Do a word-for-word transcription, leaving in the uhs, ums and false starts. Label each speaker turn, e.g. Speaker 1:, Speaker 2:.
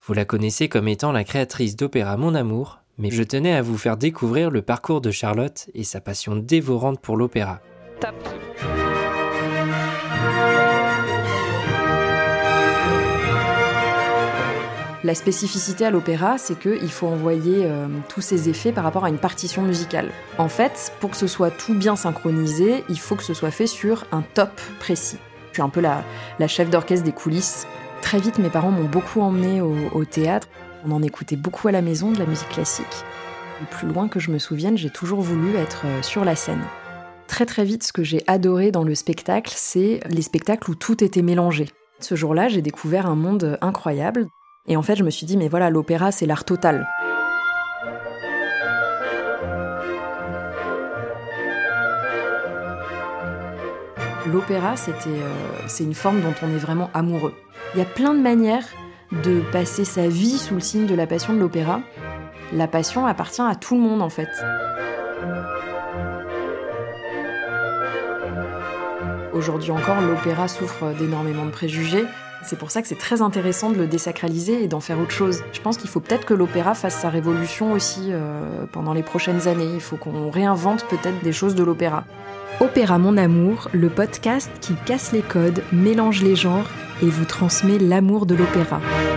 Speaker 1: Vous la connaissez comme étant la créatrice d'Opéra Mon Amour, mais je tenais à vous faire découvrir le parcours de Charlotte et sa passion dévorante pour l'opéra.
Speaker 2: Top.
Speaker 3: La spécificité à l'opéra, c'est qu'il faut envoyer euh, tous ces effets par rapport à une partition musicale. En fait, pour que ce soit tout bien synchronisé, il faut que ce soit fait sur un top précis. Je suis un peu la, la chef d'orchestre des coulisses. Très vite, mes parents m'ont beaucoup emmenée au, au théâtre. On en écoutait beaucoup à la maison, de la musique classique. Le plus loin que je me souvienne, j'ai toujours voulu être euh, sur la scène. Très très vite, ce que j'ai adoré dans le spectacle, c'est les spectacles où tout était mélangé. Ce jour-là, j'ai découvert un monde incroyable. Et en fait, je me suis dit, mais voilà, l'opéra, c'est l'art total. L'opéra, c'était, euh, c'est une forme dont on est vraiment amoureux. Il y a plein de manières de passer sa vie sous le signe de la passion de l'opéra. La passion appartient à tout le monde, en fait. Aujourd'hui encore, l'opéra souffre d'énormément de préjugés. C'est pour ça que c'est très intéressant de le désacraliser et d'en faire autre chose. Je pense qu'il faut peut-être que l'opéra fasse sa révolution aussi euh, pendant les prochaines années. Il faut qu'on réinvente peut-être des choses de l'opéra. Opéra Mon Amour, le podcast qui casse les codes, mélange les genres et vous transmet l'amour de l'opéra.